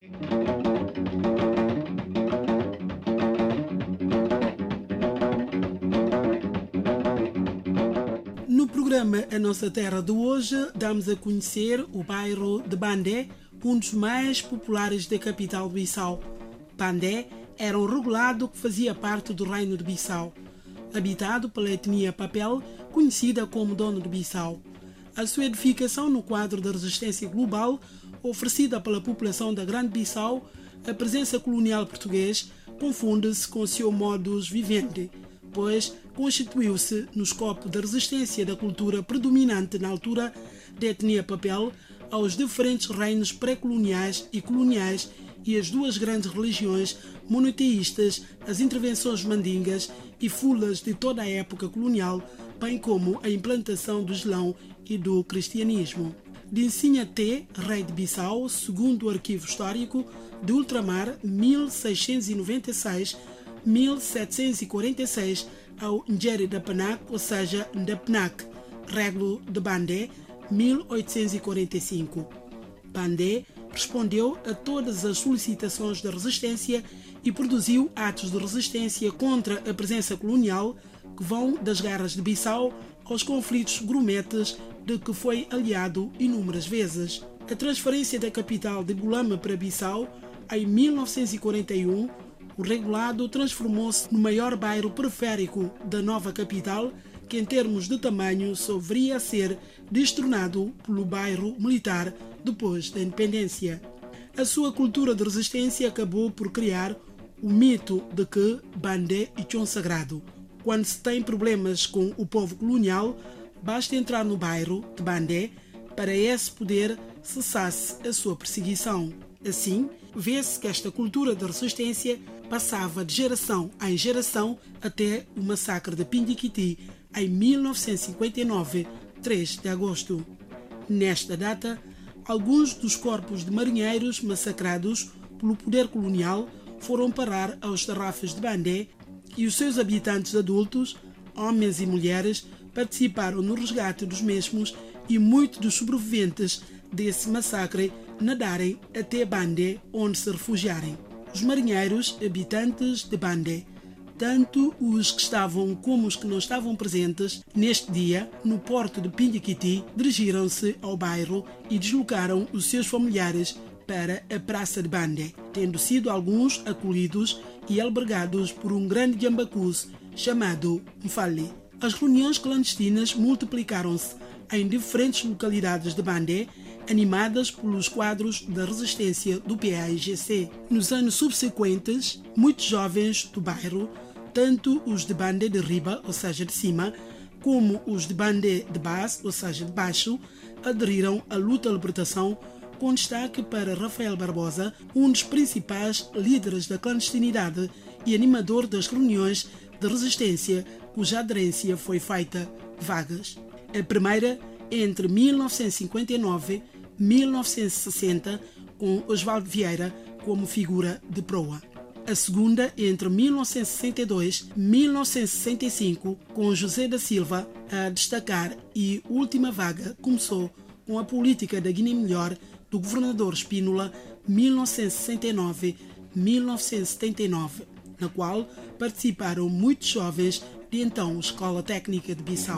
No programa A Nossa Terra de hoje, damos a conhecer o bairro de Bandé, um dos mais populares da capital de Bissau. Bandé era um regulado que fazia parte do Reino de Bissau, habitado pela etnia Papel, conhecida como Dono de Bissau. A sua edificação no quadro da resistência global, oferecida pela população da Grande Bissau, a presença colonial portuguesa confunde-se com o seu modus vivendi, pois constituiu-se no escopo da resistência da cultura predominante na altura da etnia Papel aos diferentes reinos pré-coloniais e coloniais e as duas grandes religiões monoteístas, as intervenções mandingas e fulas de toda a época colonial, bem como a implantação do Islão e do cristianismo. De Nsinha T, rei de Bissau, segundo o arquivo histórico, de ultramar 1696-1746 ao Njeri da Penac, ou seja, da Penac, Réglo de Bandé, 1845. Bandé respondeu a todas as solicitações da resistência e produziu atos de resistência contra a presença colonial que vão das guerras de Bissau aos conflitos grumetes de que foi aliado inúmeras vezes. A transferência da capital de Bulama para Bissau, em 1941, o regulado transformou-se no maior bairro periférico da nova capital, que em termos de tamanho só viria a ser destronado pelo bairro militar depois da independência. A sua cultura de resistência acabou por criar o mito de que Bandé é chão sagrado. Quando se tem problemas com o povo colonial, basta entrar no bairro de Bandé para esse poder cessasse a sua perseguição. Assim, vê-se que esta cultura de resistência passava de geração em geração até o massacre de Pindiquiti em 1959, 3 de agosto. Nesta data, alguns dos corpos de marinheiros massacrados pelo poder colonial foram parar aos tarrafas de Bandé e os seus habitantes adultos, homens e mulheres, participaram no resgate dos mesmos e muitos dos sobreviventes desse massacre nadarem até Bandé, onde se refugiarem. Os marinheiros habitantes de Bandé, tanto os que estavam como os que não estavam presentes neste dia no porto de Pindiquiti, dirigiram-se ao bairro e deslocaram os seus familiares para a praça de Bandé, tendo sido alguns acolhidos e albergados por um grande jambacus chamado Mfali. As reuniões clandestinas multiplicaram-se em diferentes localidades de Bandé, animadas pelos quadros da resistência do PAIGC. Nos anos subsequentes, muitos jovens do bairro, tanto os de Bandé de Riba, ou seja, de cima, como os de Bandé de Base, ou seja, de baixo, aderiram à luta de libertação, com destaque para Rafael Barbosa, um dos principais líderes da clandestinidade e animador das reuniões de resistência, cuja aderência foi feita vagas. A primeira entre 1959 e 1960, com Osvaldo Vieira como figura de proa. A segunda entre 1962 e 1965, com José da Silva a destacar, e a última vaga começou com a política da Guiné Melhor do governador Spínola, 1969-1979, na qual participaram muitos jovens de então Escola Técnica de Bissau.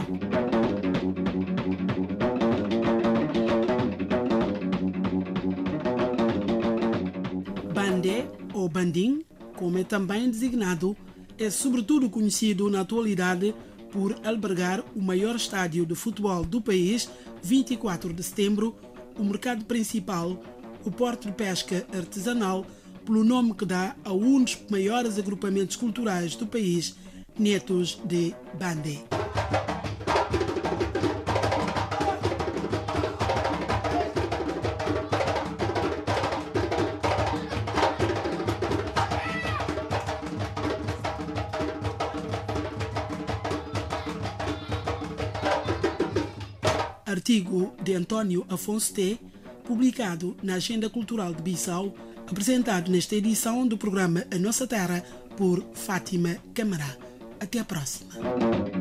Bandé, ou Bandim, como é também designado, é sobretudo conhecido na atualidade por albergar o maior estádio de futebol do país, 24 de setembro, o mercado principal, o porto de pesca artesanal, pelo nome que dá a um dos maiores agrupamentos culturais do país, Netos de Bandé. Artigo de António Afonso T, publicado na Agenda Cultural de Bissau, apresentado nesta edição do programa A Nossa Terra por Fátima Camará. Até a próxima.